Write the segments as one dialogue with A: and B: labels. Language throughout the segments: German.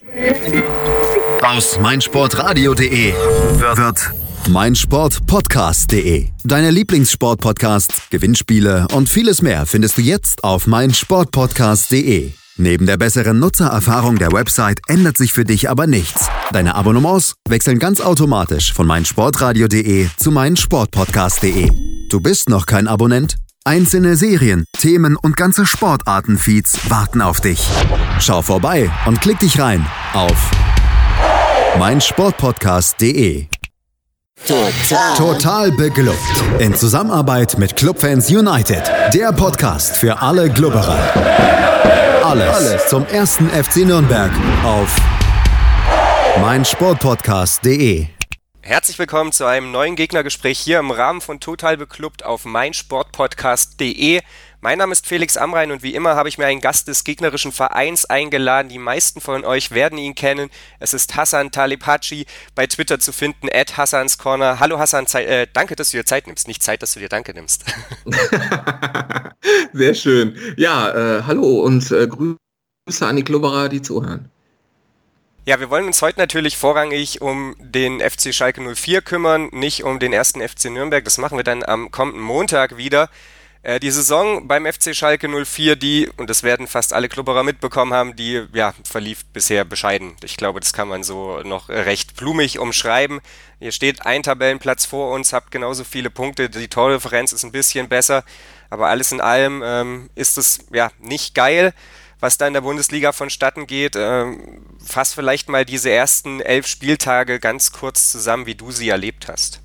A: Aus meinsportradio.de wird meinsportpodcast.de. Deine Lieblingssportpodcasts, Gewinnspiele und vieles mehr findest du jetzt auf meinsportpodcast.de. Neben der besseren Nutzererfahrung der Website ändert sich für dich aber nichts. Deine Abonnements wechseln ganz automatisch von meinsportradio.de zu meinsportpodcast.de. Du bist noch kein Abonnent? Einzelne Serien, Themen und ganze Sportarten-Feeds warten auf dich. Schau vorbei und klick dich rein auf meinsportpodcast.de. Total beglückt. In Zusammenarbeit mit Clubfans United. Der Podcast für alle Glubberer. Alles zum ersten FC Nürnberg auf meinsportpodcast.de.
B: Herzlich willkommen zu einem neuen Gegnergespräch hier im Rahmen von Total Beklubbt auf meinsportpodcast.de. Mein Name ist Felix Amrain und wie immer habe ich mir einen Gast des gegnerischen Vereins eingeladen. Die meisten von euch werden ihn kennen. Es ist Hassan Talebhaci, bei Twitter zu finden, @Hassans_Corner. Hallo Hassan, danke, dass du dir Zeit nimmst. Nicht Zeit, dass du dir Danke nimmst.
C: Sehr schön. Ja, hallo und Grüße an die Klubberer, die zuhören.
B: Ja, wir wollen uns heute natürlich vorrangig um den FC Schalke 04 kümmern, nicht um den ersten FC Nürnberg. Das machen wir dann am kommenden Montag wieder. Die Saison beim FC Schalke 04, und das werden fast alle Klubberer mitbekommen haben, die verlief bisher bescheiden. Ich glaube, das kann man so noch recht blumig umschreiben. Hier steht ein Tabellenplatz vor uns, habt genauso viele Punkte, die Tordifferenz ist ein bisschen besser, aber alles in allem ist es nicht geil, was da in der Bundesliga vonstatten geht. Fass vielleicht mal diese ersten 11 Spieltage ganz kurz zusammen, wie du sie erlebt hast.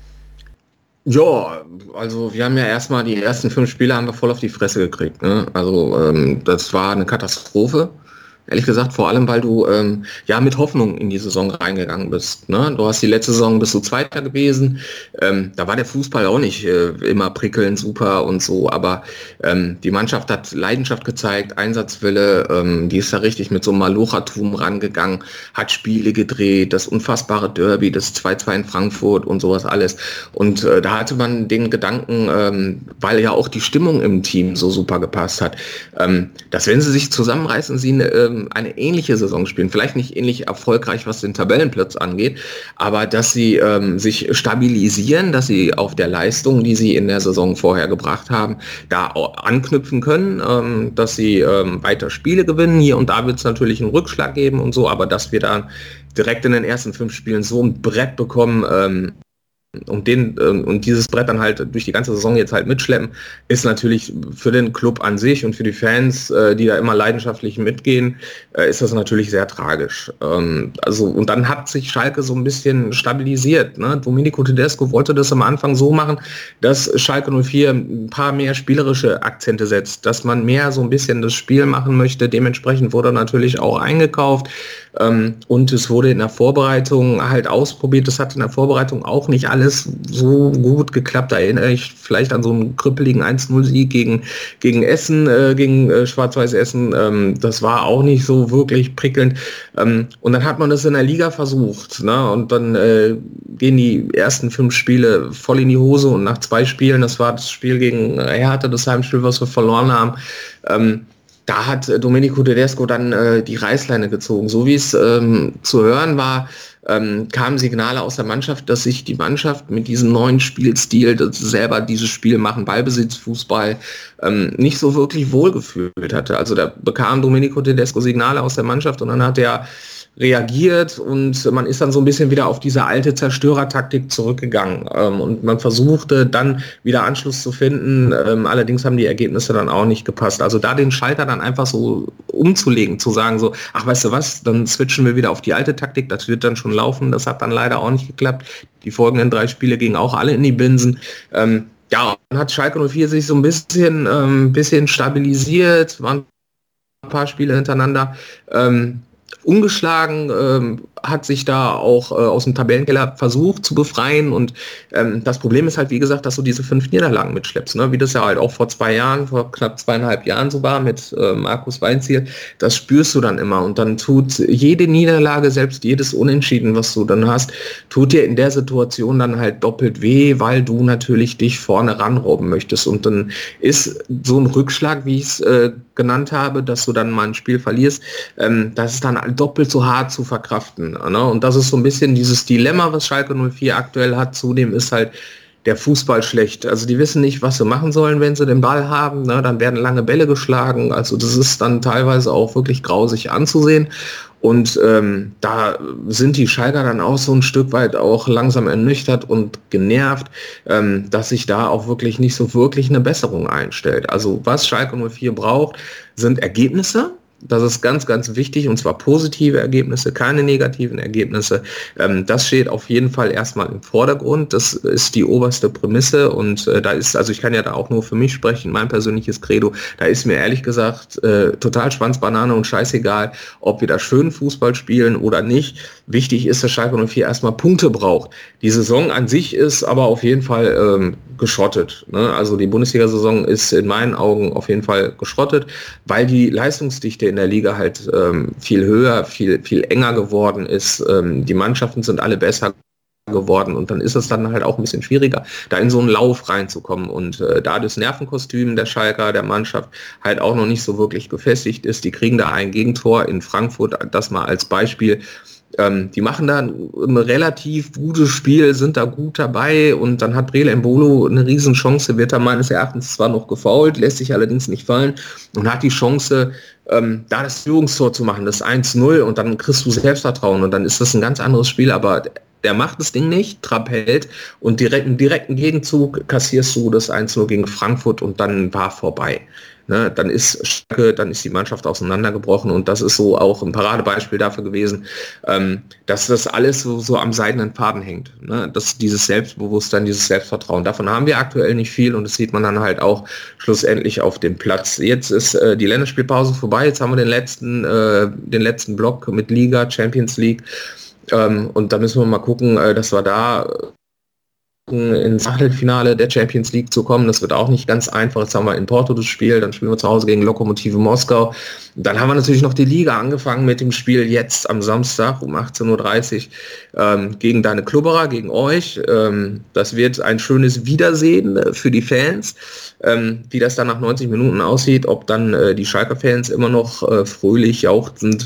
C: Ja, also wir haben ja erstmal die ersten 5 Spiele haben wir voll auf die Fresse gekriegt. Ne? Also das war eine Katastrophe. Ehrlich gesagt, vor allem, weil du mit Hoffnung in die Saison reingegangen bist. Ne? Du hast die letzte Saison bist du Zweiter gewesen. Da war der Fußball auch nicht immer prickelnd, super und so. Aber die Mannschaft hat Leidenschaft gezeigt, Einsatzwille. Die ist da richtig mit so einem Malochertum rangegangen, hat Spiele gedreht, das unfassbare Derby, das 2-2 in Frankfurt und sowas alles. Und da hatte man den Gedanken, weil ja auch die Stimmung im Team so super gepasst hat, dass wenn sie sich zusammenreißen, sie eine ähnliche Saison spielen, vielleicht nicht ähnlich erfolgreich, was den Tabellenplatz angeht, aber dass sie sich stabilisieren, dass sie auf der Leistung, die sie in der Saison vorher gebracht haben, da anknüpfen können, dass sie weiter Spiele gewinnen. Hier und da wird es natürlich einen Rückschlag geben und so, aber dass wir da direkt in den ersten 5 Spielen so ein Brett bekommen, und dieses Brett dann halt durch die ganze Saison jetzt halt mitschleppen, ist natürlich für den Club an sich und für die Fans, die da immer leidenschaftlich mitgehen, ist das natürlich sehr tragisch. Und dann hat sich Schalke so ein bisschen stabilisiert. Ne? Domenico Tedesco wollte das am Anfang so machen, dass Schalke 04 ein paar mehr spielerische Akzente setzt, dass man mehr so ein bisschen das Spiel machen möchte. Dementsprechend wurde natürlich auch eingekauft. Und es wurde in der Vorbereitung halt ausprobiert. Das hat in der Vorbereitung auch nicht alles so gut geklappt. Da erinnere ich vielleicht an so einen krüppeligen 1-0-Sieg gegen Essen, gegen Schwarz-Weiß Essen. Das war auch nicht so wirklich prickelnd. Und dann hat man das in der Liga versucht. Ne? Und dann gehen die ersten 5 Spiele voll in die Hose. Und nach 2 Spielen, das war das Spiel gegen Hertha, das Heimspiel, was wir verloren haben, da hat Domenico Tedesco dann die Reißleine gezogen. So wie es zu hören war, kamen Signale aus der Mannschaft, dass sich die Mannschaft mit diesem neuen Spielstil, das selber dieses Spiel machen, Ballbesitzfußball, nicht so wirklich wohlgefühlt hatte. Also da bekam Domenico Tedesco Signale aus der Mannschaft und dann hat er reagiert und man ist dann so ein bisschen wieder auf diese alte Zerstörertaktik zurückgegangen und man versuchte dann wieder Anschluss zu finden, allerdings haben die Ergebnisse dann auch nicht gepasst. Also da den Schalter dann einfach so umzulegen, zu sagen so, ach weißt du was, dann switchen wir wieder auf die alte Taktik, das wird dann schon laufen, das hat dann leider auch nicht geklappt. Die folgenden 3 Spiele gingen auch alle in die Binsen. Dann hat Schalke 04 sich so ein bisschen stabilisiert, waren ein paar Spiele hintereinander ungeschlagen, hat sich da auch aus dem Tabellenkeller versucht zu befreien und das Problem ist halt, wie gesagt, dass du diese 5 Niederlagen mitschleppst, ne? Wie das ja halt auch vor knapp 2,5 Jahren so war mit Markus Weinzierl, das spürst du dann immer und dann tut jede Niederlage, selbst jedes Unentschieden, was du dann hast, tut dir in der Situation dann halt doppelt weh, weil du natürlich dich vorne ranrobben möchtest und dann ist so ein Rückschlag, wie ich es genannt habe, dass du dann mal ein Spiel verlierst, das ist dann doppelt so hart zu verkraften. Ne? Und das ist so ein bisschen dieses Dilemma, was Schalke 04 aktuell hat. Zudem ist halt der Fußball schlecht. Also die wissen nicht, was sie machen sollen, wenn sie den Ball haben. Ne? Dann werden lange Bälle geschlagen. Also das ist dann teilweise auch wirklich grausig anzusehen. Und da sind die Schalker dann auch so ein Stück weit auch langsam ernüchtert und genervt, dass sich da auch wirklich nicht so wirklich eine Besserung einstellt. Also was Schalke 04 braucht, sind Ergebnisse. Das ist ganz, ganz wichtig und zwar positive Ergebnisse, keine negativen Ergebnisse. Das steht auf jeden Fall erstmal im Vordergrund. Das ist die oberste Prämisse und da ist, also ich kann ja da auch nur für mich sprechen, mein persönliches Credo, da ist mir ehrlich gesagt total Schwanzbanane und scheißegal, ob wir da schön Fußball spielen oder nicht. Wichtig ist, dass Schalke 04 erstmal Punkte braucht. Die Saison an sich ist aber auf jeden Fall geschrottet. Ne? Also die Bundesliga-Saison ist in meinen Augen auf jeden Fall geschrottet, weil die Leistungsdichte in der Liga halt viel höher, viel enger geworden ist. Die Mannschaften sind alle besser geworden und dann ist es dann halt auch ein bisschen schwieriger, da in so einen Lauf reinzukommen und da das Nervenkostüm der Schalker, der Mannschaft halt auch noch nicht so wirklich gefestigt ist, die kriegen da ein Gegentor in Frankfurt, das mal als Beispiel. Die machen da ein relativ gutes Spiel, sind da gut dabei und dann hat Breel Embolo eine Riesenchance, wird da meines Erachtens zwar noch gefoult, lässt sich allerdings nicht fallen und hat die Chance, da das Führungstor zu machen, das 1-0 und dann kriegst du Selbstvertrauen und dann ist das ein ganz anderes Spiel, aber der macht das Ding nicht, Trapp hält und im direkten Gegenzug kassierst du das 1-0 gegen Frankfurt und dann war vorbei. Ne, dann ist die Mannschaft auseinandergebrochen und das ist so auch ein Paradebeispiel dafür gewesen, dass das alles so am seidenen Faden hängt. Ne? Dass dieses Selbstbewusstsein, dieses Selbstvertrauen, davon haben wir aktuell nicht viel und das sieht man dann halt auch schlussendlich auf dem Platz. Jetzt ist die Länderspielpause vorbei, jetzt haben wir den letzten Block mit Liga, Champions League und da müssen wir mal gucken, dass wir da ins Achtelfinale der Champions League zu kommen. Das wird auch nicht ganz einfach. Jetzt haben wir in Porto das Spiel, dann spielen wir zu Hause gegen Lokomotive Moskau. Dann haben wir natürlich noch die Liga angefangen mit dem Spiel jetzt am Samstag um 18.30 Uhr gegen deine Klubberer, gegen euch. Das wird ein schönes Wiedersehen für die Fans. Wie das dann nach 90 Minuten aussieht, ob dann die Schalker-Fans immer noch fröhlich jauchzend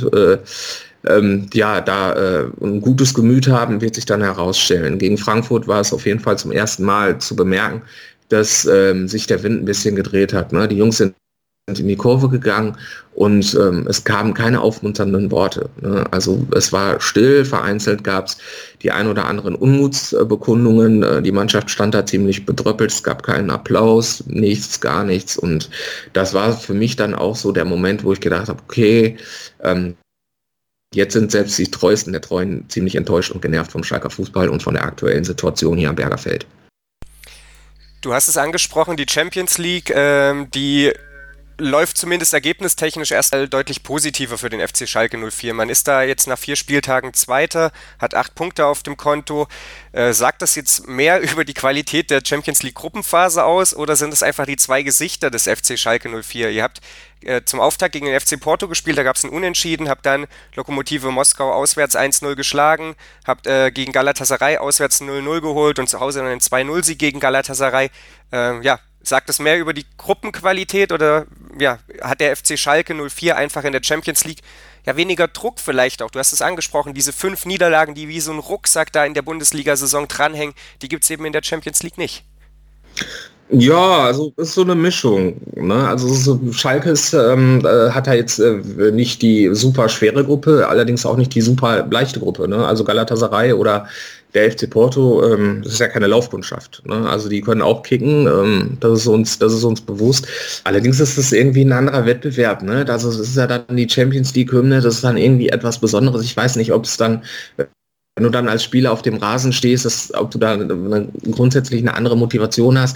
C: ein gutes Gemüt haben, wird sich dann herausstellen. Gegen Frankfurt war es auf jeden Fall zum ersten Mal zu bemerken, dass sich der Wind ein bisschen gedreht hat. Ne? Die Jungs sind in die Kurve gegangen und es kamen keine aufmunternden Worte. Ne? Also es war still, vereinzelt gab es die ein oder anderen Unmutsbekundungen. Die Mannschaft stand da ziemlich bedröppelt, es gab keinen Applaus, nichts, gar nichts. Und das war für mich dann auch so der Moment, wo ich gedacht habe, okay, jetzt sind selbst die Treuesten der Treuen ziemlich enttäuscht und genervt vom Schalker Fußball und von der aktuellen Situation hier am Bergerfeld.
B: Du hast es angesprochen, die Champions League, die läuft zumindest ergebnistechnisch erstmal deutlich positiver für den FC Schalke 04. Man ist da jetzt nach 4 Spieltagen Zweiter, hat 8 Punkte auf dem Konto. Sagt das jetzt mehr über die Qualität der Champions League Gruppenphase aus oder sind es einfach die zwei Gesichter des FC Schalke 04? Ihr habt zum Auftakt gegen den FC Porto gespielt, da gab es ein Unentschieden, habt dann Lokomotive Moskau auswärts 1-0 geschlagen, habt gegen Galatasaray auswärts 0-0 geholt und zu Hause dann einen 2-0-Sieg gegen Galatasaray. Sagt das mehr über die Gruppenqualität oder hat der FC Schalke 04 einfach in der Champions League weniger Druck vielleicht auch? Du hast es angesprochen, diese 5 Niederlagen, die wie so ein Rucksack da in der Bundesliga-Saison dranhängen, die gibt es eben in der Champions League nicht.
C: Ja, also ist so eine Mischung. Ne? Also Schalke hat da jetzt nicht die super schwere Gruppe, allerdings auch nicht die super leichte Gruppe. Ne? Also Galatasaray oder der FC Porto, das ist ja keine Laufkundschaft. Ne? Also die können auch kicken, das ist uns bewusst. Allerdings ist es irgendwie ein anderer Wettbewerb. Ne? Also es ist ja dann die Champions League-Hymne, das ist dann irgendwie etwas Besonderes. Ich weiß nicht, ob es dann, wenn du dann als Spieler auf dem Rasen stehst, ob du da grundsätzlich eine andere Motivation hast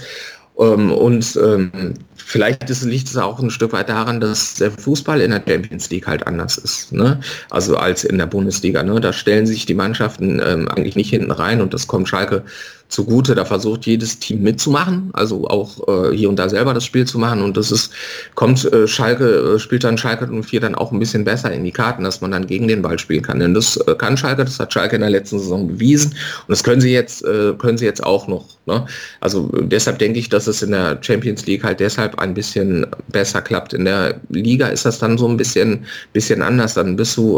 C: Vielleicht liegt es auch ein Stück weit daran, dass der Fußball in der Champions League halt anders ist, ne? Also als in der Bundesliga. Ne? Da stellen sich die Mannschaften eigentlich nicht hinten rein und das kommt Schalke zugute. Da versucht jedes Team mitzumachen, also auch hier und da selber das Spiel zu machen. Und spielt dann Schalke 04 dann auch ein bisschen besser in die Karten, dass man dann gegen den Ball spielen kann. Denn das kann Schalke, das hat Schalke in der letzten Saison bewiesen. Und das können sie jetzt auch noch. Ne? Also deshalb denke ich, dass es in der Champions League halt deshalb ein bisschen besser klappt. In der Liga ist das dann so ein bisschen anders. Dann bist du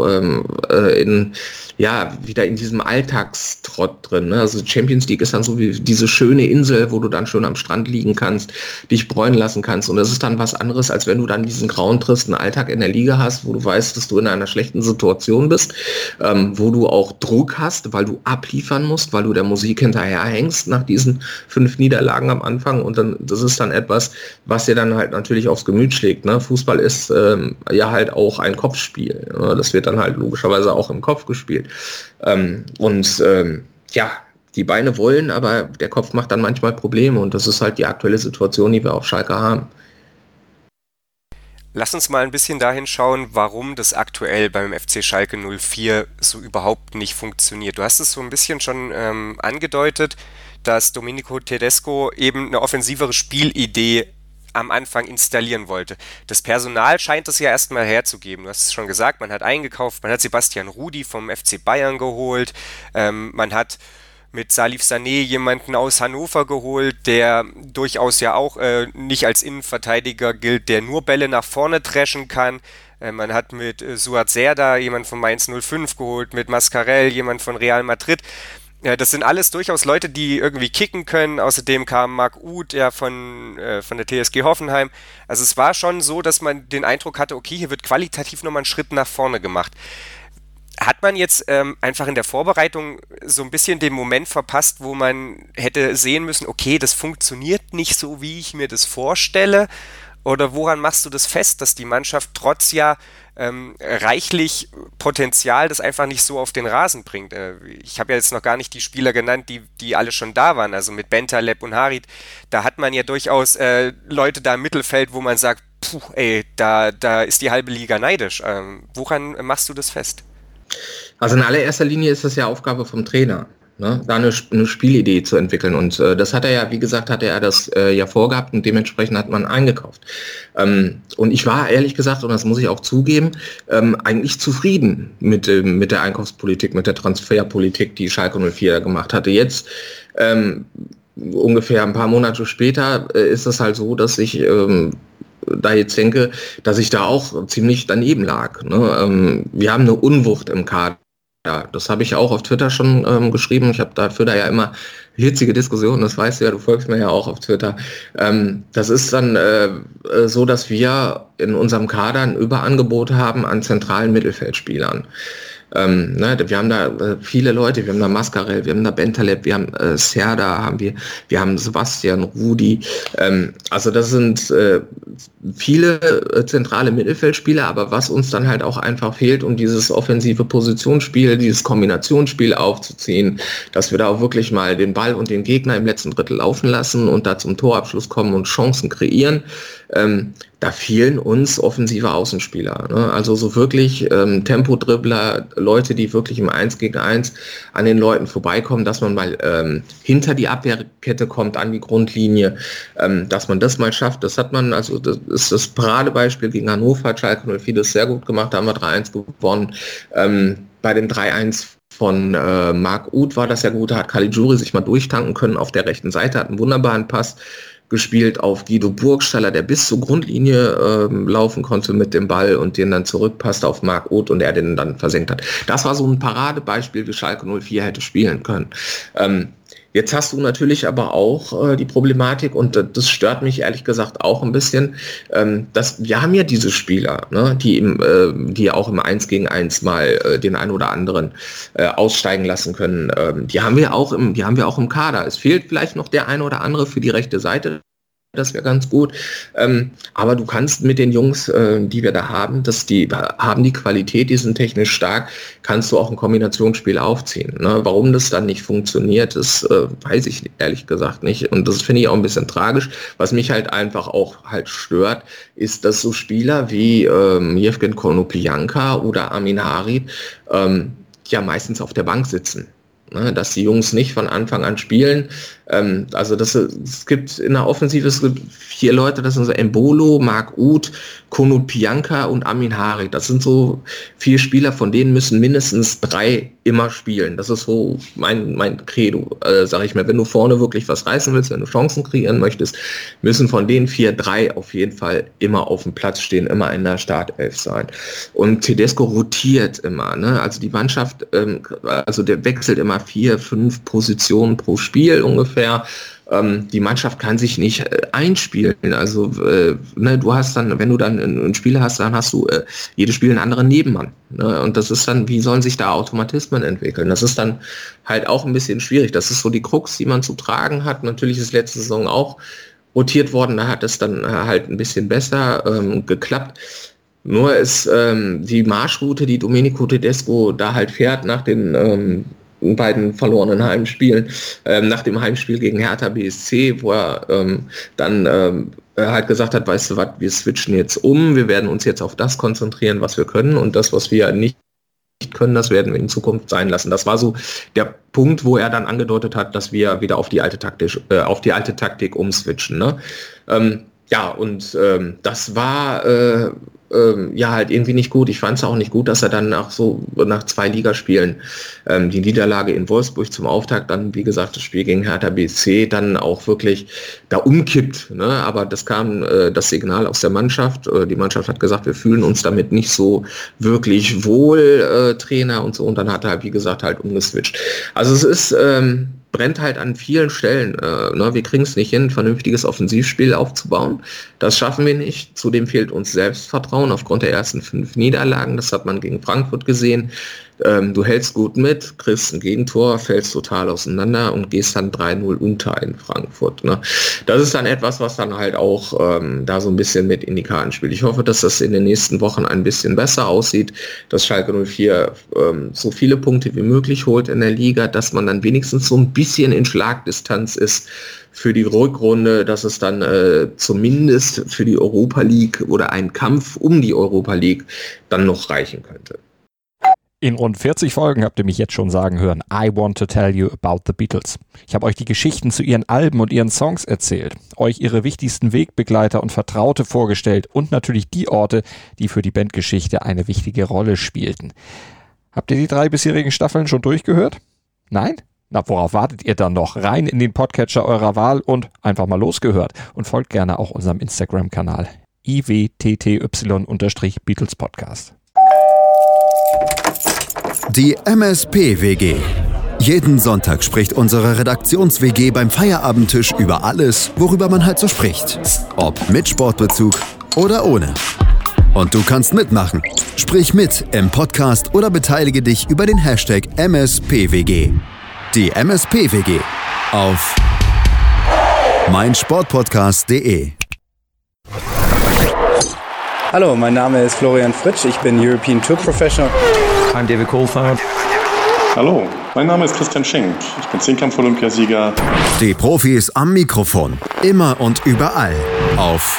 C: wieder in diesem Alltagstrott drin. Ne? Also Champions League ist dann so wie diese schöne Insel, wo du dann schön am Strand liegen kannst, dich bräunen lassen kannst. Und das ist dann was anderes, als wenn du dann diesen grauen, tristen Alltag in der Liga hast, wo du weißt, dass du in einer schlechten Situation bist, wo du auch Druck hast, weil du abliefern musst, weil du der Musik hinterherhängst nach diesen 5 Niederlagen am Anfang. Und dann, das ist dann etwas, was dir dann halt natürlich aufs Gemüt schlägt. Ne? Fußball ist halt auch ein Kopfspiel. Ne? Das wird dann halt logischerweise auch im Kopf gespielt. Die Beine wollen, aber der Kopf macht dann manchmal Probleme und das ist halt die aktuelle Situation, die wir auf Schalke haben.
B: Lass uns mal ein bisschen dahin schauen, warum das aktuell beim FC Schalke 04 so überhaupt nicht funktioniert. Du hast es so ein bisschen schon angedeutet, dass Domenico Tedesco eben eine offensivere Spielidee am Anfang installieren wollte. Das Personal scheint es ja erstmal herzugeben. Du hast es schon gesagt, man hat eingekauft, man hat Sebastian Rudy vom FC Bayern geholt, man hat mit Salif Sané jemanden aus Hannover geholt, der durchaus ja auch nicht als Innenverteidiger gilt, der nur Bälle nach vorne dreschen kann. Man hat mit Suat Serdar jemanden von Mainz 05 geholt, mit Mascarell jemanden von Real Madrid. Das sind alles durchaus Leute, die irgendwie kicken können. Außerdem kam Marc Uth ja von der TSG Hoffenheim. Also es war schon so, dass man den Eindruck hatte, okay, hier wird qualitativ nochmal einen Schritt nach vorne gemacht. Hat man jetzt einfach in der Vorbereitung so ein bisschen den Moment verpasst, wo man hätte sehen müssen, okay, das funktioniert nicht so, wie ich mir das vorstelle? Oder woran machst du das fest, dass die Mannschaft trotz reichlich Potenzial das einfach nicht so auf den Rasen bringt? Ich habe ja jetzt noch gar nicht die Spieler genannt, die alle schon da waren, also mit Bentaleb und Harit. Da hat man ja durchaus Leute da im Mittelfeld, wo man sagt, da ist die halbe Liga neidisch. Woran machst du das fest?
C: Also in allererster Linie ist das ja Aufgabe vom Trainer, ne? Da eine Spielidee zu entwickeln und das hat er ja, wie gesagt, das vorgehabt und dementsprechend hat man eingekauft. Und ich war ehrlich gesagt, und das muss ich auch zugeben, eigentlich zufrieden mit der Einkaufspolitik, mit der Transferpolitik, die Schalke 04 gemacht hatte. Jetzt ungefähr ein paar Monate später ist es halt so, dass ich da jetzt denke, dass ich da auch ziemlich daneben lag. Ne? Wir haben eine Unwucht im Kader. Ja, das habe ich auch auf Twitter schon geschrieben. Ich habe dafür ja immer hitzige Diskussionen, das weißt du ja, du folgst mir ja auch auf Twitter. Das ist dann so, dass wir in unserem Kader ein Überangebot haben an zentralen Mittelfeldspielern. Wir haben da viele Leute, wir haben da Mascarell, wir haben da Bentaleb, wir haben Serdar, wir haben Sebastian, Rudi. Also das sind viele zentrale Mittelfeldspieler, aber was uns dann halt auch einfach fehlt, um dieses offensive Positionsspiel, dieses Kombinationsspiel aufzuziehen, dass wir da auch wirklich mal den Ball und den Gegner im letzten Drittel laufen lassen und da zum Torabschluss kommen und Chancen kreieren. Da fehlen uns offensive Außenspieler. Ne? Also so wirklich Tempodribbler, Leute, die wirklich im 1 gegen 1 an den Leuten vorbeikommen, dass man mal hinter die Abwehrkette kommt, an die Grundlinie, dass man das mal schafft. Das hat man, also das ist das Paradebeispiel gegen Hannover, Schalke 04 das sehr gut gemacht, da haben wir 3-1 gewonnen. Bei dem 3-1 von Marc Uth war das ja gut, da hat Caligiuri sich mal durchtanken können auf der rechten Seite, hat einen wunderbaren Pass gespielt auf Guido Burgstaller, der bis zur Grundlinie laufen konnte mit dem Ball und den dann zurückpasst auf Marc Uth und er den dann versenkt hat. Das war so ein Paradebeispiel, wie Schalke 04 hätte spielen können. Jetzt hast du natürlich aber auch die Problematik, und das stört mich ehrlich gesagt auch ein bisschen, dass wir haben ja diese Spieler, ne, die auch im 1 gegen 1 mal den einen oder anderen aussteigen lassen können. Die haben wir auch im Kader. Es fehlt vielleicht noch der eine oder andere für die rechte Seite. das wäre ganz gut. Aber du kannst mit den Jungs, die wir da haben, die haben die Qualität, die sind technisch stark, kannst du auch ein Kombinationsspiel aufziehen. Ne? Warum das dann nicht funktioniert, das weiß ich ehrlich gesagt nicht. Und das finde ich auch ein bisschen tragisch. Was mich halt einfach auch halt stört, ist, dass so Spieler wie Jevgen Konoplyanka oder Amin Harit ja meistens auf der Bank sitzen. Dass die Jungs nicht von Anfang an spielen. Also es gibt in der Offensive 4 Leute, das sind so Embolo, Marc Uth, Konoplyanka und Amin Harit. Das sind so 4 Spieler, von denen müssen mindestens 3 immer spielen. Das ist so mein Credo, sage ich mir. Wenn du vorne wirklich was reißen willst, wenn du Chancen kreieren möchtest, müssen von den 4 3 auf jeden Fall immer auf dem Platz stehen, immer in der Startelf sein. Und Tedesco rotiert immer. Ne? Also die Mannschaft, also der wechselt immer 4, 5 Positionen pro Spiel ungefähr. Die Mannschaft kann sich nicht einspielen. Also du hast dann, wenn du dann ein Spiel hast, dann hast du jedes Spiel einen anderen Nebenmann. Ne? Und das ist dann, wie sollen sich da Automatismen entwickeln? Das ist dann halt auch ein bisschen schwierig. Das ist so die Krux, die man zu tragen hat. Natürlich ist letzte Saison auch rotiert worden. Da hat es dann halt ein bisschen besser geklappt. Nur ist die Marschroute, die Domenico Tedesco da halt fährt nach den beiden verlorenen Heimspielen, nach dem Heimspiel gegen Hertha BSC, wo er dann halt gesagt hat, weißt du was, wir switchen jetzt um, wir werden uns jetzt auf das konzentrieren, was wir können, und das, was wir nicht können, das werden wir in Zukunft sein lassen. Das war so der Punkt, wo er dann angedeutet hat, dass wir wieder auf die alte Taktik umswitchen. Ne? Das war ja halt irgendwie nicht gut. Ich fand es auch nicht gut, dass er dann nach 2 Ligaspielen die Niederlage in Wolfsburg zum Auftakt, dann wie gesagt das Spiel gegen Hertha BSC, dann auch wirklich da umkippt. Ne? Aber das kam das Signal aus der Mannschaft. Die Mannschaft hat gesagt, wir fühlen uns damit nicht so wirklich wohl, Trainer und so. Und dann hat er halt, wie gesagt, halt umgeswitcht. Also es ist brennt halt an vielen Stellen. Wir kriegen es nicht hin, ein vernünftiges Offensivspiel aufzubauen. Das schaffen wir nicht. Zudem fehlt uns Selbstvertrauen aufgrund der ersten 5 Niederlagen. Das hat man gegen Frankfurt gesehen. Du hältst gut mit, kriegst ein Gegentor, fällst total auseinander und gehst dann 3-0 unter in Frankfurt. Ne? Das ist dann etwas, was dann halt auch da so ein bisschen mit in die Karten spielt. Ich hoffe, dass das in den nächsten Wochen ein bisschen besser aussieht, dass Schalke 04 so viele Punkte wie möglich holt in der Liga, dass man dann wenigstens so ein bisschen in Schlagdistanz ist für die Rückrunde, dass es dann zumindest für die Europa League oder einen Kampf um die Europa League dann noch reichen könnte.
D: In rund 40 Folgen habt ihr mich jetzt schon sagen hören, I want to tell you about the Beatles. Ich habe euch die Geschichten zu ihren Alben und ihren Songs erzählt, euch ihre wichtigsten Wegbegleiter und Vertraute vorgestellt und natürlich die Orte, die für die Bandgeschichte eine wichtige Rolle spielten. Habt ihr die 3 bisherigen Staffeln schon durchgehört? Nein? Na, worauf wartet ihr dann noch? Rein in den Podcatcher eurer Wahl und einfach mal losgehört. Und folgt gerne auch unserem Instagram-Kanal iwtty_Beatles Podcast.
A: Die MSP-WG. Jeden Sonntag spricht unsere Redaktions-WG beim Feierabendtisch über alles, worüber man halt so spricht. Ob mit Sportbezug oder ohne. Und du kannst mitmachen. Sprich mit im Podcast oder beteilige dich über den Hashtag MSP-WG. Die MSP-WG auf meinsportpodcast.de.
E: Hallo, mein Name ist Florian Fritsch, ich bin European Tour Professional.
F: I'm David Coulthard.
G: Hallo, mein Name ist Christian Schenk, ich bin Zehnkampf-Olympiasieger.
A: Die Profis am Mikrofon, immer und überall auf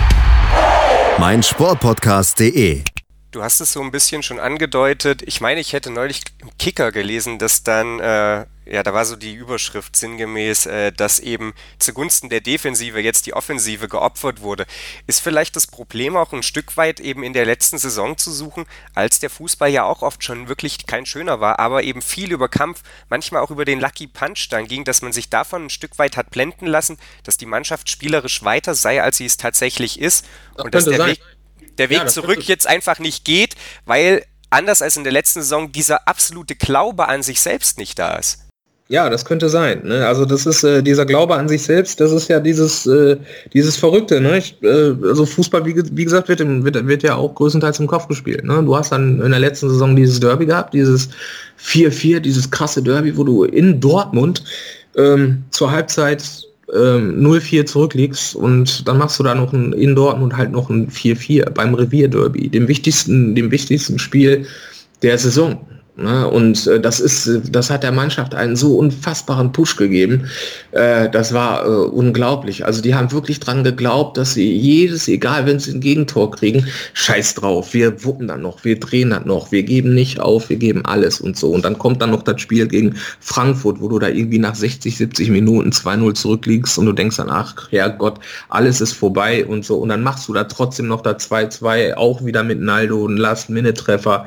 A: meinsportpodcast.de.
B: Du hast es so ein bisschen schon angedeutet. Ich meine, ich hätte neulich im Kicker gelesen, dass dann, da war so die Überschrift sinngemäß, dass eben zugunsten der Defensive jetzt die Offensive geopfert wurde. Ist vielleicht das Problem auch ein Stück weit eben in der letzten Saison zu suchen, als der Fußball ja auch oft schon wirklich kein schöner war, aber eben viel über Kampf, manchmal auch über den Lucky Punch dann ging, dass man sich davon ein Stück weit hat blenden lassen, dass die Mannschaft spielerisch weiter sei, als sie es tatsächlich ist. Und dass der Weg zurück jetzt einfach nicht geht, weil anders als in der letzten Saison dieser absolute Glaube an sich selbst nicht da ist.
C: Ja, das könnte sein. Ne? Also das ist dieser Glaube an sich selbst, das ist ja dieses Verrückte. Ne? Also Fußball, wie gesagt, wird ja auch größtenteils im Kopf gespielt. Ne? Du hast dann in der letzten Saison dieses Derby gehabt, dieses 4-4, dieses krasse Derby, wo du in Dortmund zur Halbzeit 0-4 zurückliegst und dann machst du da noch in Dortmund halt noch ein 4-4 beim Revierderby, dem wichtigsten Spiel der Saison. Ne? Und das hat der Mannschaft einen so unfassbaren Push gegeben. Das war unglaublich. Also die haben wirklich dran geglaubt, dass sie egal wenn sie ein Gegentor kriegen, scheiß drauf, wir wuppen dann noch, wir drehen das noch, wir geben nicht auf, wir geben alles und so. Und dann kommt dann noch das Spiel gegen Frankfurt, wo du da irgendwie nach 60, 70 Minuten 2-0 zurückliegst und du denkst dann, ach Herrgott, alles ist vorbei und so. Und dann machst du da trotzdem noch da 2-2, auch wieder mit Naldo, einen Last-Minute-Treffer.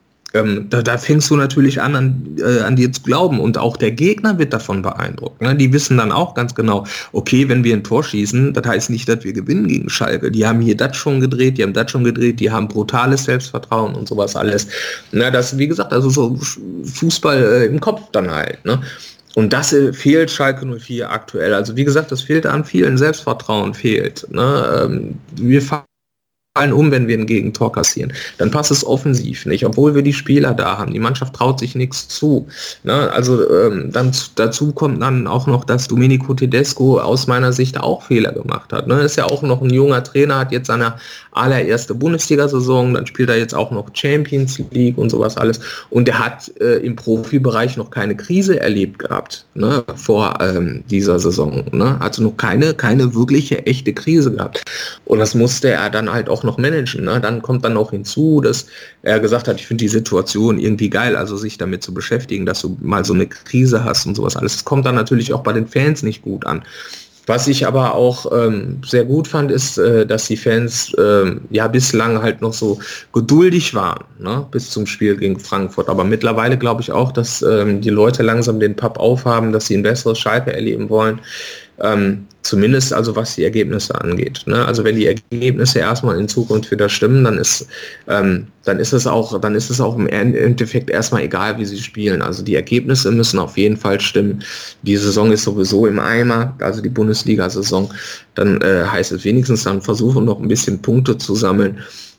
C: Da fängst du natürlich an dir zu glauben und auch der Gegner wird davon beeindruckt. Ne? Die wissen dann auch ganz genau, okay, wenn wir ein Tor schießen, das heißt nicht, dass wir gewinnen gegen Schalke. Die haben hier das schon gedreht, die haben brutales Selbstvertrauen und sowas alles. Na, das, wie gesagt, also so Fußball im Kopf dann halt. Ne? Und das fehlt Schalke 04 aktuell. Also wie gesagt, das fehlt an vielen, Selbstvertrauen fehlt. Ne? Wir fallen wenn wir ein Gegentor kassieren. Dann passt es offensiv nicht, obwohl wir die Spieler da haben. Die Mannschaft traut sich nichts zu. Ne? Also dann dazu kommt dann auch noch, dass Domenico Tedesco aus meiner Sicht auch Fehler gemacht hat. Ne? Ist ja auch noch ein junger Trainer, hat jetzt seine allererste Bundesliga-Saison, dann spielt er jetzt auch noch Champions League und sowas alles. Und er hat im Profibereich noch keine Krise erlebt gehabt, ne? Vor dieser Saison. Ne? Also noch keine wirkliche echte Krise gehabt. Und das musste er dann halt auch noch managen. Ne? Dann kommt dann noch hinzu, dass er gesagt hat, ich finde die Situation irgendwie geil, also sich damit zu beschäftigen, dass du mal so eine Krise hast und sowas alles. Das kommt dann natürlich auch bei den Fans nicht gut an. Was ich aber auch sehr gut fand, ist, dass die Fans bislang halt noch so geduldig waren, ne? Bis zum Spiel gegen Frankfurt. Aber mittlerweile glaube ich auch, dass die Leute langsam den Papp aufhaben, dass sie ein besseres Schalke erleben wollen. Zumindest also was die Ergebnisse angeht. Ne? Also wenn die Ergebnisse erstmal in Zukunft wieder stimmen, dann ist es auch im Endeffekt erstmal egal, wie sie spielen. Also die Ergebnisse müssen auf jeden Fall stimmen. Die Saison ist sowieso im Eimer, also die Bundesliga-Saison. Dann heißt es wenigstens dann versuchen, noch ein bisschen Punkte zu sammeln.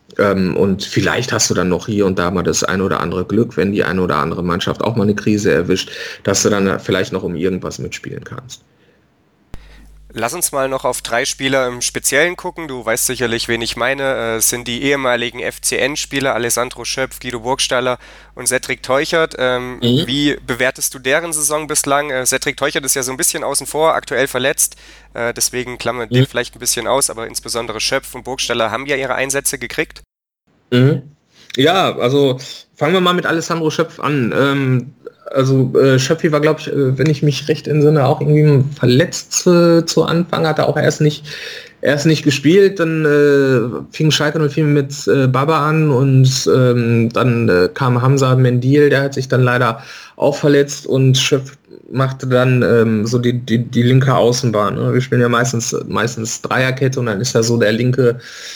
C: Und vielleicht hast du dann noch hier und da mal das ein oder andere Glück, wenn die eine oder andere Mannschaft auch mal eine Krise erwischt, dass du dann vielleicht noch um irgendwas mitspielen kannst.
B: Lass uns mal noch auf 3 Spieler im Speziellen gucken. Du weißt sicherlich, wen ich meine. Es sind die ehemaligen FCN-Spieler Alessandro Schöpf, Guido Burgstaller und Cedric Teuchert. Wie bewertest du deren Saison bislang? Cedric Teuchert ist ja so ein bisschen außen vor, aktuell verletzt. Deswegen klammern wir den vielleicht ein bisschen aus, aber insbesondere Schöpf und Burgstaller haben ja ihre Einsätze gekriegt.
C: Ja, also fangen wir mal mit Alessandro Schöpf an. Schöpfi war, glaube ich, wenn ich mich recht entsinne, auch irgendwie verletzt zu Anfang, hat er auch erst nicht gespielt, dann fing Schalke 04 mit Baba an und dann kam Hamza Mendil, der hat sich dann leider auch verletzt und Schöpf machte dann so die linke Außenbahn. Ne? Wir spielen ja meistens Dreierkette und dann ist er so der linke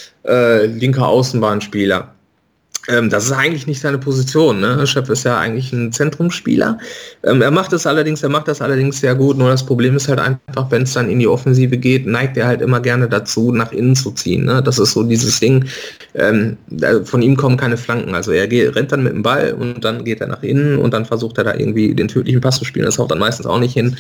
C: Außenbahnspieler. Das ist eigentlich nicht seine Position. Ne? Schöpf ist ja eigentlich ein Zentrumsspieler. Er macht das allerdings sehr gut. Nur das Problem ist halt einfach, wenn es dann in die Offensive geht, neigt er halt immer gerne dazu, nach innen zu ziehen. Ne? Das ist so dieses Ding. Von ihm kommen keine Flanken. Also er rennt dann mit dem Ball und dann geht er nach innen und dann versucht er da irgendwie den tödlichen Pass zu spielen. Das haut dann meistens auch nicht hin.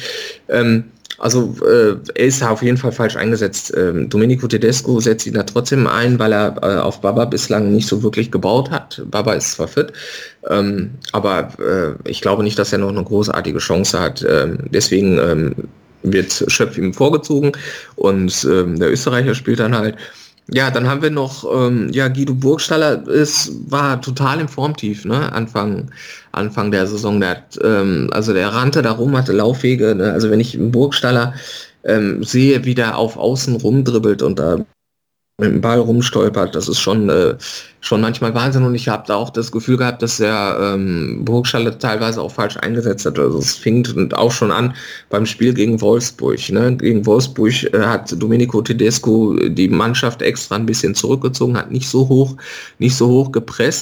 C: Er ist da auf jeden Fall falsch eingesetzt. Domenico Tedesco setzt ihn da trotzdem ein, weil er auf Baba bislang nicht so wirklich gebaut hat. Baba ist zwar fit, aber ich glaube nicht, dass er noch eine großartige Chance hat. Deswegen wird Schöpf ihm vorgezogen und der Österreicher spielt dann halt. Ja, dann haben wir noch Guido Burgstaller, war total im Formtief, ne? Anfang der Saison. Der rannte da rum, hatte Laufwege. Ne? Also wenn ich einen Burgstaller sehe, wie der auf Außen rumdribbelt und da mit dem Ball rumstolpert, das ist schon manchmal Wahnsinn und ich habe da auch das Gefühl gehabt, dass der Burgstaller teilweise auch falsch eingesetzt hat. Also es fing auch schon an beim Spiel gegen Wolfsburg. Ne? Gegen Wolfsburg hat Domenico Tedesco die Mannschaft extra ein bisschen zurückgezogen, hat nicht so hoch gepresst.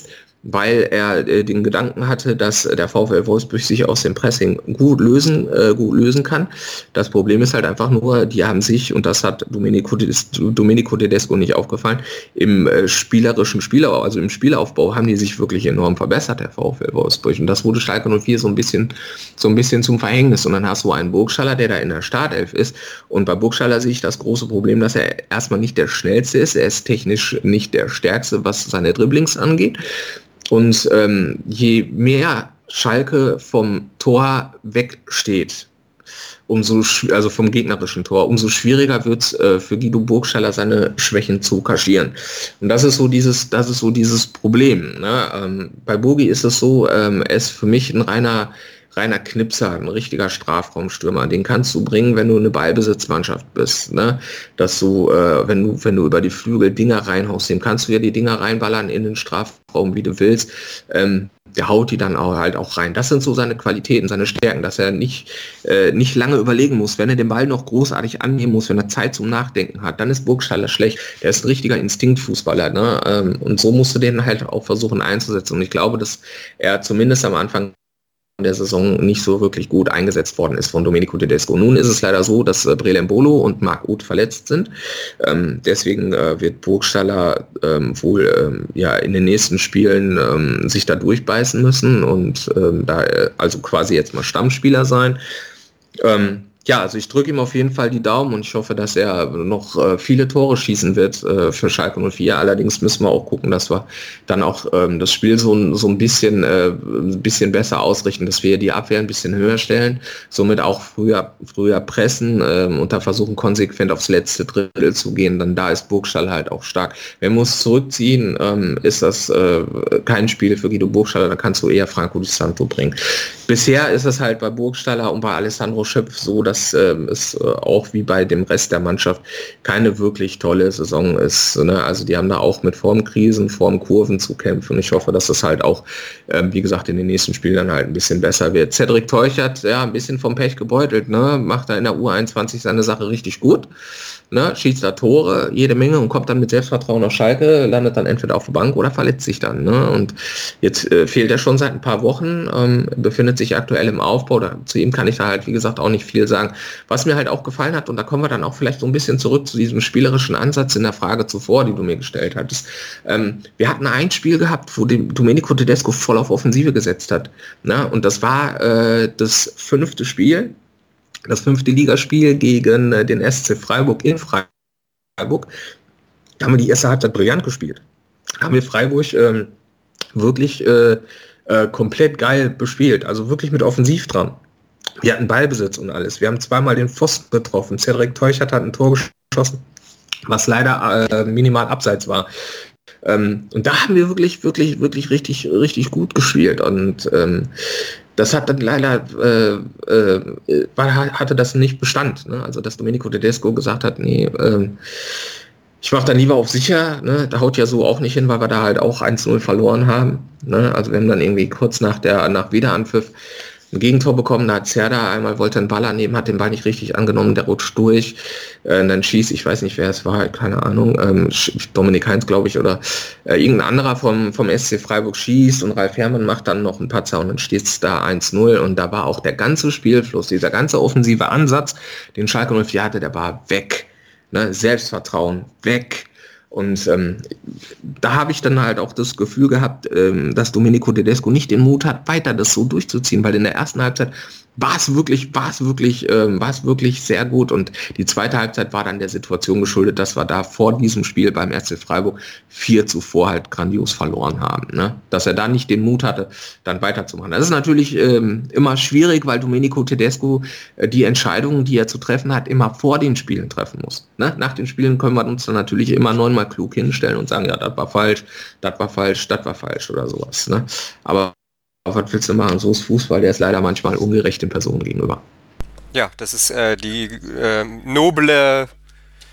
C: weil er den Gedanken hatte, dass der VfL Wolfsburg sich aus dem Pressing gut lösen kann. Das Problem ist halt einfach nur, die haben sich, und das hat Domenico Tedesco nicht aufgefallen, im spielerischen Spielaufbau, also im Spielaufbau, haben die sich wirklich enorm verbessert, der VfL Wolfsburg. Und das wurde Schalke 04 so ein bisschen zum Verhängnis. Und dann hast du einen Burgstaller, der da in der Startelf ist. Und bei Burgstaller sehe ich das große Problem, dass er erstmal nicht der Schnellste ist. Er ist technisch nicht der Stärkste, was seine Dribblings angeht. Und je mehr Schalke vom Tor wegsteht, also vom gegnerischen Tor, umso schwieriger wird es für Guido Burgstaller, seine Schwächen zu kaschieren. Und das ist so dieses Problem. Ne? Bei Burgi ist es so, er ist für mich ein reiner Knipser, ein richtiger Strafraumstürmer. Den kannst du bringen, wenn du eine Ballbesitzmannschaft bist. Ne? Dass du, wenn du über die Flügel Dinger reinhaust, dem kannst du ja die Dinger reinballern in den Strafraum, wie du willst. Der haut die dann halt auch rein. Das sind so seine Qualitäten, seine Stärken, dass er nicht lange überlegen muss. Wenn er den Ball noch großartig annehmen muss, wenn er Zeit zum Nachdenken hat, dann ist Burgstaller schlecht. Der ist ein richtiger Instinktfußballer. Ne? Und so musst du den halt auch versuchen einzusetzen. Und ich glaube, dass er zumindest am Anfang der Saison nicht so wirklich gut eingesetzt worden ist von Domenico Tedesco. Nun ist es leider so, dass Brelem Bolo und Marc Uth verletzt sind. Deswegen wird Burgstaller wohl in den nächsten Spielen sich da durchbeißen müssen und also quasi jetzt mal Stammspieler sein. Also ich drücke ihm auf jeden Fall die Daumen und ich hoffe, dass er noch viele Tore schießen wird für Schalke 04. Allerdings müssen wir auch gucken, dass wir dann auch das Spiel so ein bisschen besser ausrichten, dass wir die Abwehr ein bisschen höher stellen, somit auch früher pressen und da versuchen konsequent aufs letzte Drittel zu gehen. Dann da ist Burgstaller halt auch stark. Wenn wir uns zurückziehen, ist das kein Spiel für Guido Burgstaller, da kannst du eher Franco Di Santo bringen. Bisher ist es halt bei Burgstaller und bei Alessandro Schöpf so, dass es auch wie bei dem Rest der Mannschaft keine wirklich tolle Saison ist. Ne? Also die haben da auch mit Formkrisen, Formkurven zu kämpfen. Ich hoffe, dass das halt auch, wie gesagt, in den nächsten Spielen dann halt ein bisschen besser wird. Cedric Teuchert, ein bisschen vom Pech gebeutelt, ne? Macht da in der U21 seine Sache richtig gut. Ne, schießt da Tore, jede Menge und kommt dann mit Selbstvertrauen auf Schalke, landet dann entweder auf der Bank oder verletzt sich dann. Ne? Und jetzt fehlt er schon seit ein paar Wochen, befindet sich aktuell im Aufbau. Zu ihm kann ich da halt, wie gesagt, auch nicht viel sagen. Was mir halt auch gefallen hat, und da kommen wir dann auch vielleicht so ein bisschen zurück zu diesem spielerischen Ansatz in der Frage zuvor, die du mir gestellt hattest. Wir hatten ein Spiel gehabt, wo Domenico Tedesco voll auf Offensive gesetzt hat. Ne? Und das war das 5. Spiel. Das 5. Ligaspiel gegen den SC Freiburg in Freiburg. Da haben wir die erste Halbzeit brillant gespielt. Da haben wir Freiburg wirklich komplett geil bespielt. Also wirklich mit Offensiv dran. Wir hatten Ballbesitz und alles. Wir haben zweimal den Pfosten getroffen. Cedric Teuchert hat ein Tor geschossen, was leider minimal abseits war. Und da haben wir wirklich richtig gut gespielt. Und das hat dann leider hatte das nicht Bestand. Ne? Also dass Domenico Tedesco gesagt hat, nee, ich mache dann lieber auf sicher. Ne? Da haut ja so auch nicht hin, weil wir da halt auch 1-0 verloren haben. Ne? Also wir haben dann irgendwie kurz nach Wiederanpfiff ein Gegentor bekommen, da hat Cerda wollte einen Ball annehmen, hat den Ball nicht richtig angenommen, der rutscht durch, dann schießt, ich weiß nicht, wer es war, keine Ahnung, Dominik Heinz, glaube ich, oder irgendein anderer vom SC Freiburg schießt und Ralf Herrmann macht dann noch einen Patzer und dann steht es da 1-0 und da war auch der ganze Spielfluss, dieser ganze offensive Ansatz, den Schalke 04 hatte, der war weg. Ne? Selbstvertrauen, weg. Und da habe ich dann halt auch das Gefühl gehabt, dass Domenico Tedesco nicht den Mut hat, weiter das so durchzuziehen, weil in der ersten Halbzeit war es wirklich sehr gut und die zweite Halbzeit war dann der Situation geschuldet, dass wir da vor diesem Spiel beim SC Freiburg 4-4 halt grandios verloren haben. Ne? Dass er da nicht den Mut hatte, dann weiterzumachen. Das ist natürlich immer schwierig, weil Domenico Tedesco die Entscheidungen, die er zu treffen hat, immer vor den Spielen treffen muss. Ne? Nach den Spielen können wir uns dann natürlich immer 9-mal klug hinstellen und sagen, ja, das war falsch oder sowas. Ne? Aber was willst du machen? So ist Fußball, der ist leider manchmal ungerecht den Personen gegenüber.
B: Ja, das ist die noble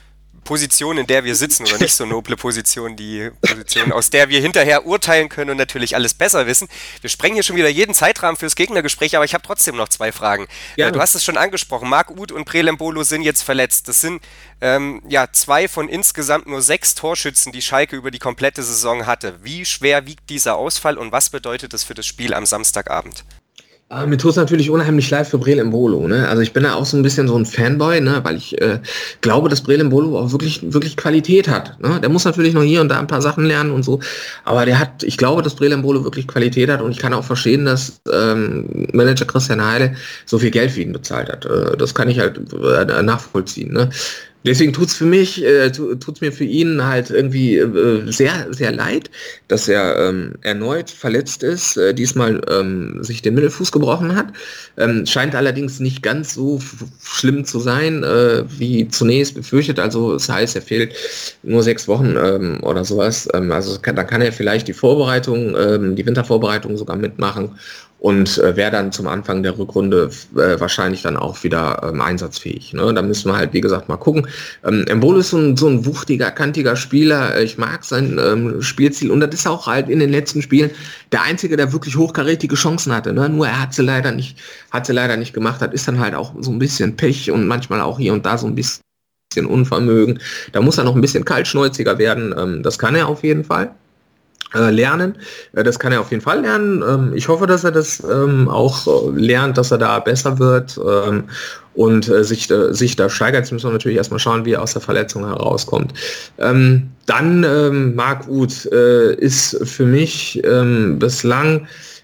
B: Position, in der wir sitzen, oder nicht so noble Position, die Position, aus der wir hinterher urteilen können und natürlich alles besser wissen. Wir sprengen hier schon wieder jeden Zeitrahmen fürs Gegnergespräch, aber ich habe trotzdem noch 2 Fragen. Ja. Du hast es schon angesprochen, Marc Uth und Breel Embolo sind jetzt verletzt. Das sind 2 von insgesamt nur 6 Torschützen, die Schalke über die komplette Saison hatte. Wie schwer wiegt dieser Ausfall und was bedeutet das für das Spiel am Samstagabend?
C: Mir tut es natürlich unheimlich leid für Breel Embolo, ne? Also ich bin da auch so ein bisschen so ein Fanboy, ne? Weil ich glaube, dass Breel Embolo auch wirklich Qualität hat. Ne? Der muss natürlich noch hier und da ein paar Sachen lernen und so, aber ich glaube, dass Breel Embolo wirklich Qualität hat und ich kann auch verstehen, dass Manager Christian Heide so viel Geld für ihn bezahlt hat. Das kann ich halt nachvollziehen. Ne? Deswegen tut's mir für ihn halt irgendwie sehr, sehr leid, dass er erneut verletzt ist, diesmal sich den Mittelfuß gebrochen hat. Scheint allerdings nicht ganz so schlimm zu sein, wie zunächst befürchtet. Also das heißt, er fehlt nur 6 Wochen oder sowas. Also dann kann er vielleicht die Vorbereitung, die Wintervorbereitung sogar mitmachen. Und wäre dann zum Anfang der Rückrunde wahrscheinlich dann auch wieder einsatzfähig. Ne? Da müssen wir halt, wie gesagt, mal gucken. Embolo ist so ein wuchtiger, kantiger Spieler. Ich mag sein Spielstil. Und das ist auch halt in den letzten Spielen der Einzige, der wirklich hochkarätige Chancen hatte. Ne? Nur er hat sie leider nicht gemacht. Das ist dann halt auch so ein bisschen Pech und manchmal auch hier und da so ein bisschen Unvermögen. Da muss er noch ein bisschen kaltschnäuziger werden. Das kann er auf jeden Fall. Lernen. Das kann er auf jeden Fall lernen. Ich hoffe, dass er das auch lernt, dass er da besser wird und sich da steigert. Jetzt müssen wir natürlich erstmal schauen, wie er aus der Verletzung herauskommt. Dann Marc Uth ist für mich bislang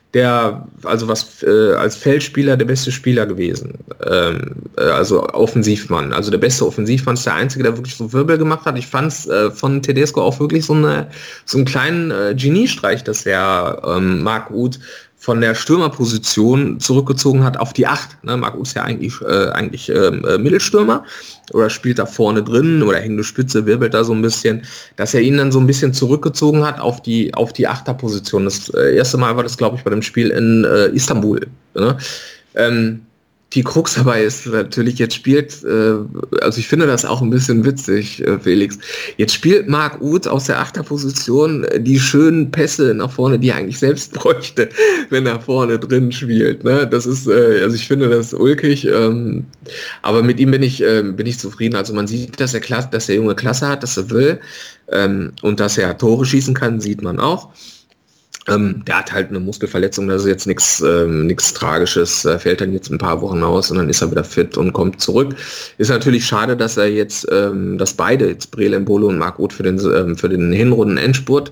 C: als Feldspieler der beste Spieler gewesen. Also Offensivmann. Also der beste Offensivmann ist der Einzige, der wirklich so Wirbel gemacht hat. Ich fand es von Tedesco auch wirklich so einen kleinen Geniestreich, dass er Marc Uth von der Stürmerposition zurückgezogen hat auf die 8. Ne? Marc Uth ist ja eigentlich Mittelstürmer oder spielt da vorne drin oder hängende Spitze, wirbelt da so ein bisschen, dass er ihn dann so ein bisschen zurückgezogen hat auf die 8er-Position. Das erste Mal war das, glaube ich, bei dem Spiel in Istanbul. Ne? Die Krux dabei ist natürlich, jetzt spielt, also ich finde das auch ein bisschen witzig, Felix, jetzt spielt Marc Uth aus der 8er-Position die schönen Pässe nach vorne, die er eigentlich selbst bräuchte, wenn er vorne drin spielt. Ne? Das ist, also ich finde das ulkig, aber mit ihm bin ich zufrieden. Also man sieht, dass der Junge Klasse hat, dass er will und dass er Tore schießen kann, sieht man auch. Der hat halt eine Muskelverletzung, das ist jetzt nichts Tragisches, fällt dann jetzt ein paar Wochen aus und dann ist er wieder fit und kommt zurück. Ist natürlich schade, dass er jetzt, dass beide, jetzt Breel Embolo und Marc Uth für den Hinrunden-Endspurt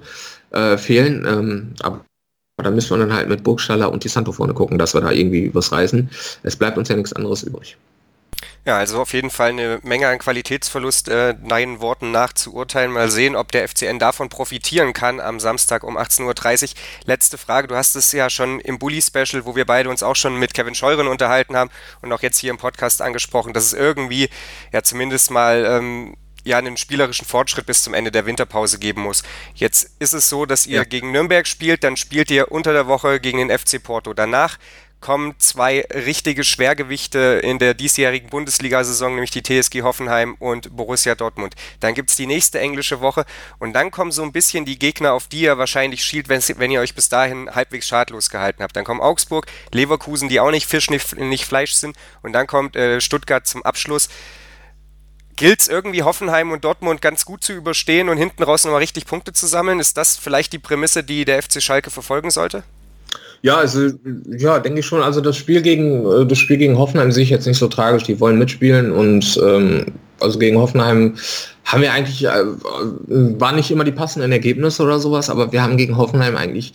C: fehlen, aber da müssen wir dann halt mit Burgstaller und Di Santo vorne gucken, dass wir da irgendwie was reißen. Es bleibt uns ja nichts anderes übrig.
B: Ja, also auf jeden Fall eine Menge an Qualitätsverlust, deinen Worten nach zu urteilen. Mal sehen, ob der FCN davon profitieren kann am Samstag um 18.30 Uhr. Letzte Frage, du hast es ja schon im Bully-Special, wo wir beide uns auch schon mit Kevin Scheuren unterhalten haben und auch jetzt hier im Podcast angesprochen, dass es irgendwie ja zumindest mal einen spielerischen Fortschritt bis zum Ende der Winterpause geben muss. Jetzt ist es so, dass ihr gegen Nürnberg spielt, dann spielt ihr unter der Woche gegen den FC Porto. Danach kommen 2 richtige Schwergewichte in der diesjährigen Bundesliga-Saison, nämlich die TSG Hoffenheim und Borussia Dortmund. Dann gibt es die nächste englische Woche und dann kommen so ein bisschen die Gegner, auf die ihr wahrscheinlich schielt, wenn ihr euch bis dahin halbwegs schadlos gehalten habt. Dann kommen Augsburg, Leverkusen, die auch nicht Fisch, nicht Fleisch sind, und dann kommt Stuttgart zum Abschluss. Gilt es irgendwie, Hoffenheim und Dortmund ganz gut zu überstehen und hinten raus nochmal richtig Punkte zu sammeln? Ist das vielleicht die Prämisse, die der FC Schalke verfolgen sollte?
C: Ja, also denke ich schon. Also das Spiel gegen Hoffenheim sehe ich jetzt nicht so tragisch. Die wollen mitspielen und also gegen Hoffenheim haben wir eigentlich, waren nicht immer die passenden Ergebnisse oder sowas, aber wir haben gegen Hoffenheim eigentlich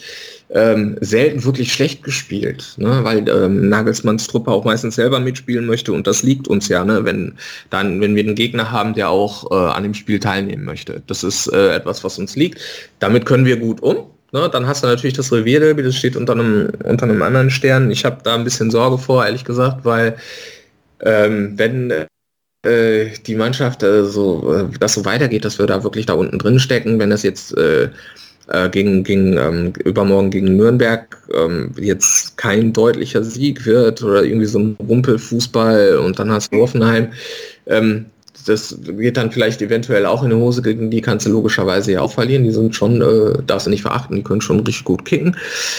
C: selten wirklich schlecht gespielt, ne? Weil Nagelsmanns Truppe auch meistens selber mitspielen möchte und das liegt uns ja, ne? Wenn wir einen Gegner haben, der auch an dem Spiel teilnehmen möchte. Das ist etwas, was uns liegt. Damit können wir gut um. Ne, dann hast du natürlich das Revierderby, das steht unter einem anderen Stern. Ich habe da ein bisschen Sorge vor, ehrlich gesagt, weil wenn die Mannschaft das so weitergeht, dass wir da wirklich da unten drin stecken, wenn das jetzt übermorgen gegen Nürnberg jetzt kein deutlicher Sieg wird oder irgendwie so ein Rumpelfußball und dann hast du Hoffenheim, das geht dann vielleicht eventuell auch in die Hose, gegen die kannst du logischerweise ja auch verlieren. Die sind schon, darfst du nicht verachten, die können schon richtig gut kicken.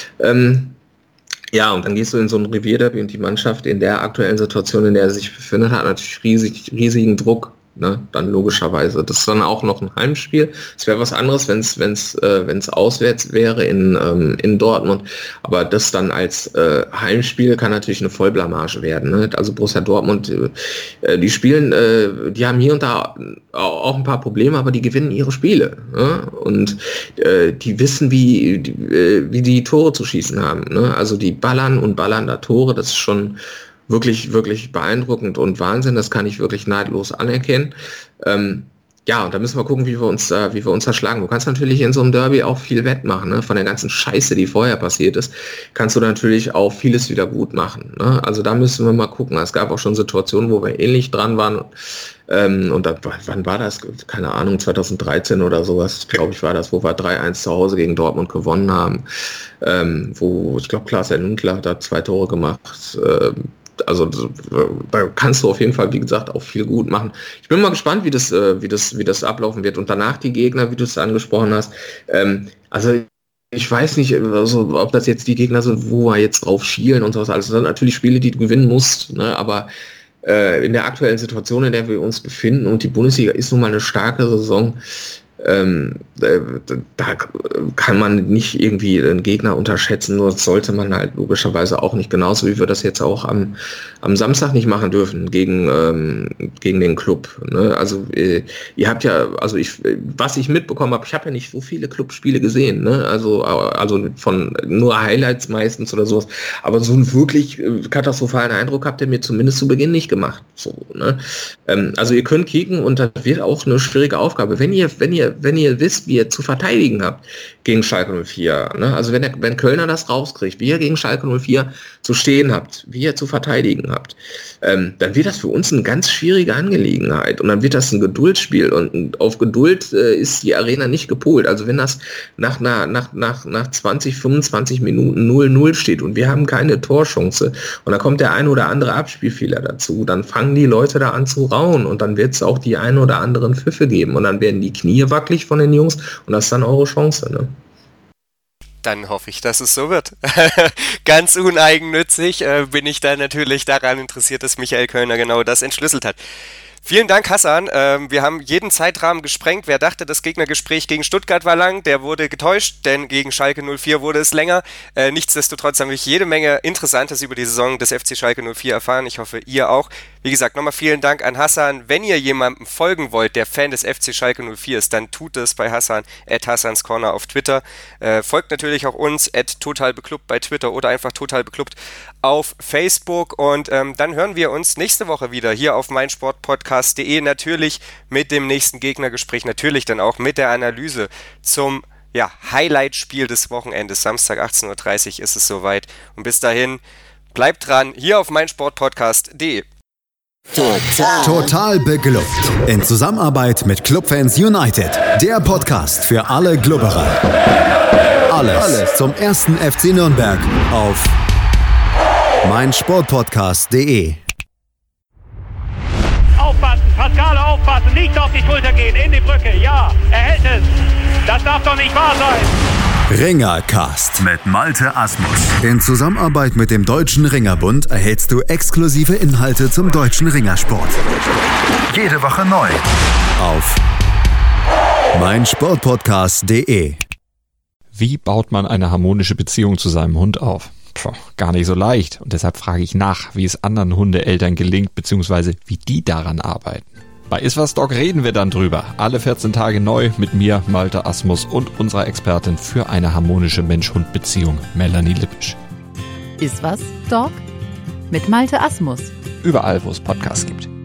C: Ja, und dann gehst du in so ein Revierderby und die Mannschaft in der aktuellen Situation, in der er sich befindet, hat natürlich riesigen Druck. Ne, dann logischerweise. Das ist dann auch noch ein Heimspiel. Es wäre was anderes, wenn es auswärts wäre in Dortmund. Aber das dann als Heimspiel kann natürlich eine Vollblamage werden. Ne? Also Borussia Dortmund, die spielen, die haben hier und da auch ein paar Probleme, aber die gewinnen ihre Spiele. Ne? Und die wissen, wie die Tore zu schießen haben. Ne? Also die ballern da Tore, das ist schon wirklich, wirklich beeindruckend und Wahnsinn, das kann ich wirklich neidlos anerkennen. Ja, und da müssen wir gucken, wie wir uns da schlagen. Du kannst natürlich in so einem Derby auch viel wettmachen, ne? Von der ganzen Scheiße, die vorher passiert ist, kannst du natürlich auch vieles wieder gut machen. Ne? Also da müssen wir mal gucken. Es gab auch schon Situationen, wo wir ähnlich dran waren. Und da, wann war das? Keine Ahnung, 2013 oder sowas, glaube ich, war das, wo wir 3-1 zu Hause gegen Dortmund gewonnen haben. Wo, ich glaube, Klaas Lundler hat da 2 Tore gemacht. Also da kannst du auf jeden Fall, wie gesagt, auch viel gut machen. Ich bin mal gespannt, wie das ablaufen wird. Und danach die Gegner, wie du es angesprochen hast. Also ich weiß nicht, also, ob das jetzt die Gegner sind, wo wir jetzt drauf schielen und sowas alles. Das sind natürlich Spiele, die du gewinnen musst, ne? Aber in der aktuellen Situation, in der wir uns befinden, und die Bundesliga ist nun mal eine starke Saison, da kann man nicht irgendwie einen Gegner unterschätzen, nur das sollte man halt logischerweise auch nicht, genauso wie wir das jetzt auch am Samstag nicht machen dürfen gegen den Club. Ne? Also ihr habt ja, also was ich mitbekommen habe, ich habe ja nicht so viele Clubspiele gesehen, ne? Also von nur Highlights meistens oder sowas, aber so einen wirklich katastrophalen Eindruck habt ihr mir zumindest zu Beginn nicht gemacht. So, ne? Also ihr könnt kicken und das wird auch eine schwierige Aufgabe. Wenn ihr wisst, wie ihr zu verteidigen habt gegen Schalke 04, ne? Also wenn Kölner das rauskriegt, wie ihr gegen Schalke 04 zu stehen habt, wie ihr zu verteidigen habt, dann wird das für uns eine ganz schwierige Angelegenheit und dann wird das ein Geduldsspiel und auf Geduld ist die Arena nicht gepolt. Also wenn das nach 20, 25 Minuten 0-0 steht und wir haben keine Torchance und dann kommt der ein oder andere Abspielfehler dazu, dann fangen die Leute da an zu rauen und dann wird es auch die ein oder anderen Pfiffe geben und dann werden die Knie wackelig von den Jungs und das ist dann eure Chance. Ne?
B: Dann hoffe ich, dass es so wird. Ganz uneigennützig bin ich da natürlich daran interessiert, dass Michael Kölner genau das entschlüsselt hat. Vielen Dank, Hassan. Wir haben jeden Zeitrahmen gesprengt. Wer dachte, das Gegnergespräch gegen Stuttgart war lang, der wurde getäuscht, denn gegen Schalke 04 wurde es länger. Nichtsdestotrotz haben wir jede Menge Interessantes über die Saison des FC Schalke 04 erfahren. Ich hoffe, ihr auch. Wie gesagt, nochmal vielen Dank an Hassan. Wenn ihr jemandem folgen wollt, der Fan des FC Schalke 04 ist, dann tut es bei Hassan, @Hassans_Corner auf Twitter. Folgt natürlich auch uns, @totalbeklubbt bei Twitter oder einfach totalbeklubbt auf Facebook. Und dann hören wir uns nächste Woche wieder hier auf meinsportpodcast.de. Natürlich mit dem nächsten Gegnergespräch, natürlich dann auch mit der Analyse zum Highlight-Spiel des Wochenendes. Samstag 18:30 Uhr ist es soweit. Und bis dahin, bleibt dran, hier auf meinsportpodcast.de.
A: Total beglückt. In Zusammenarbeit mit Clubfans United. Der Podcast für alle Glubberer. Alles zum ersten FC Nürnberg auf meinsportpodcast.de.
H: Aufpassen, Pascale, aufpassen, nicht auf die Schulter gehen, in die Brücke, ja, er hält es. Das darf doch nicht wahr sein.
A: Ringercast mit Malte Asmus. In Zusammenarbeit mit dem Deutschen Ringerbund erhältst du exklusive Inhalte zum deutschen Ringersport. Jede Woche neu auf meinsportpodcast.de.
D: Wie baut man eine harmonische Beziehung zu seinem Hund auf? Gar nicht so leicht. Und deshalb frage ich nach, wie es anderen Hundeeltern gelingt, beziehungsweise wie die daran arbeiten. Bei Iswas Dog reden wir dann drüber. Alle 14 Tage neu mit mir, Malte Asmus, und unserer Expertin für eine harmonische Mensch-Hund-Beziehung, Melanie Lippisch.
I: Iswas Dog mit Malte Asmus.
D: Überall, wo es Podcasts gibt.